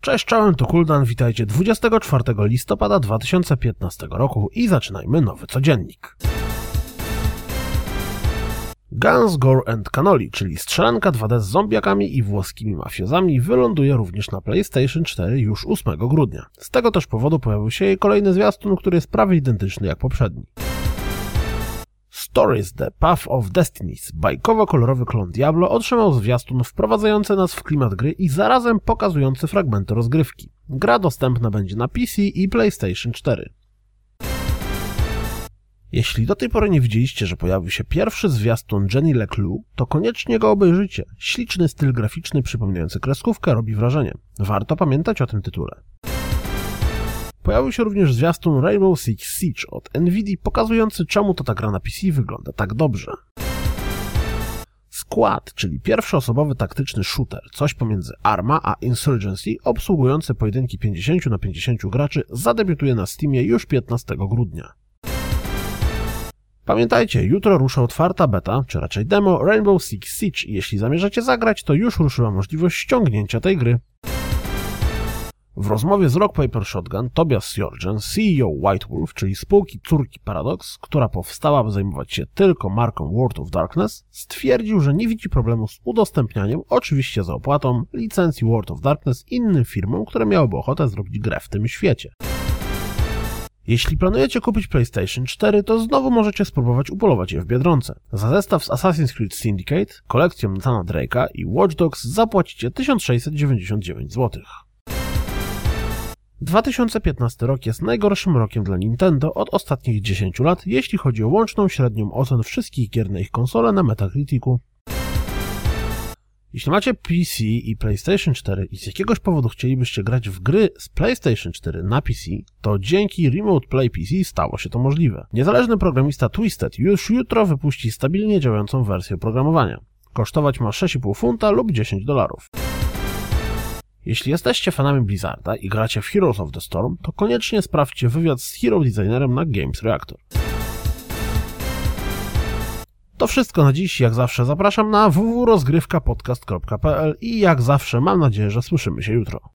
Cześć, czołem, tu Kuldan, witajcie 24 listopada 2015 roku i zaczynajmy nowy codziennik. Guns, Gore and Cannoli, czyli strzelanka 2D z zombiakami i włoskimi mafiozami, wyląduje również na PlayStation 4 już 8 grudnia. Z tego też powodu pojawił się jej kolejny zwiastun, który jest prawie identyczny jak poprzedni. Stories The Path of Destinies, bajkowo-kolorowy klon Diablo, otrzymał zwiastun wprowadzający nas w klimat gry i zarazem pokazujący fragmenty rozgrywki. Gra dostępna będzie na PC i PlayStation 4. Jeśli do tej pory nie widzieliście, że pojawił się pierwszy zwiastun Jenny LeClue, to koniecznie go obejrzyjcie. Śliczny styl graficzny przypominający kreskówkę robi wrażenie. Warto pamiętać o tym tytule. Pojawił się również zwiastun Rainbow Six Siege od Nvidia, pokazujący, czemu to ta gra na PC wygląda tak dobrze. Squad, czyli pierwszoosobowy taktyczny shooter, coś pomiędzy Arma a Insurgency, obsługujący pojedynki 50 na 50 graczy, zadebiutuje na Steamie już 15 grudnia. Pamiętajcie, jutro rusza otwarta beta, czy raczej demo, Rainbow Six Siege i jeśli zamierzacie zagrać, to już ruszyła możliwość ściągnięcia tej gry. W rozmowie z Rock Paper Shotgun Tobias Jorgen, CEO White Wolf, czyli spółki córki Paradox, która powstała, by zajmować się tylko marką World of Darkness, stwierdził, że nie widzi problemu z udostępnianiem, oczywiście za opłatą, licencji World of Darkness innym firmom, które miałyby ochotę zrobić grę w tym świecie. Jeśli planujecie kupić PlayStation 4, to znowu możecie spróbować upolować je w Biedronce. Za zestaw z Assassin's Creed Syndicate, kolekcją Nathana Drake'a i Watch Dogs zapłacicie 1699 zł. 2015 rok jest najgorszym rokiem dla Nintendo od ostatnich 10 lat, jeśli chodzi o łączną średnią ocen wszystkich gier na ich konsole na Metacriticu. Jeśli macie PC i PlayStation 4 i z jakiegoś powodu chcielibyście grać w gry z PlayStation 4 na PC, to dzięki Remote Play PC stało się to możliwe. Niezależny programista Twisted już jutro wypuści stabilnie działającą wersję oprogramowania. Kosztować ma 6,5 funta lub $10. Jeśli jesteście fanami Blizzarda i gracie w Heroes of the Storm, to koniecznie sprawdźcie wywiad z hero designerem na Games Reactor. To wszystko na dziś, jak zawsze zapraszam na www.rozgrywkapodcast.pl i jak zawsze mam nadzieję, że słyszymy się jutro.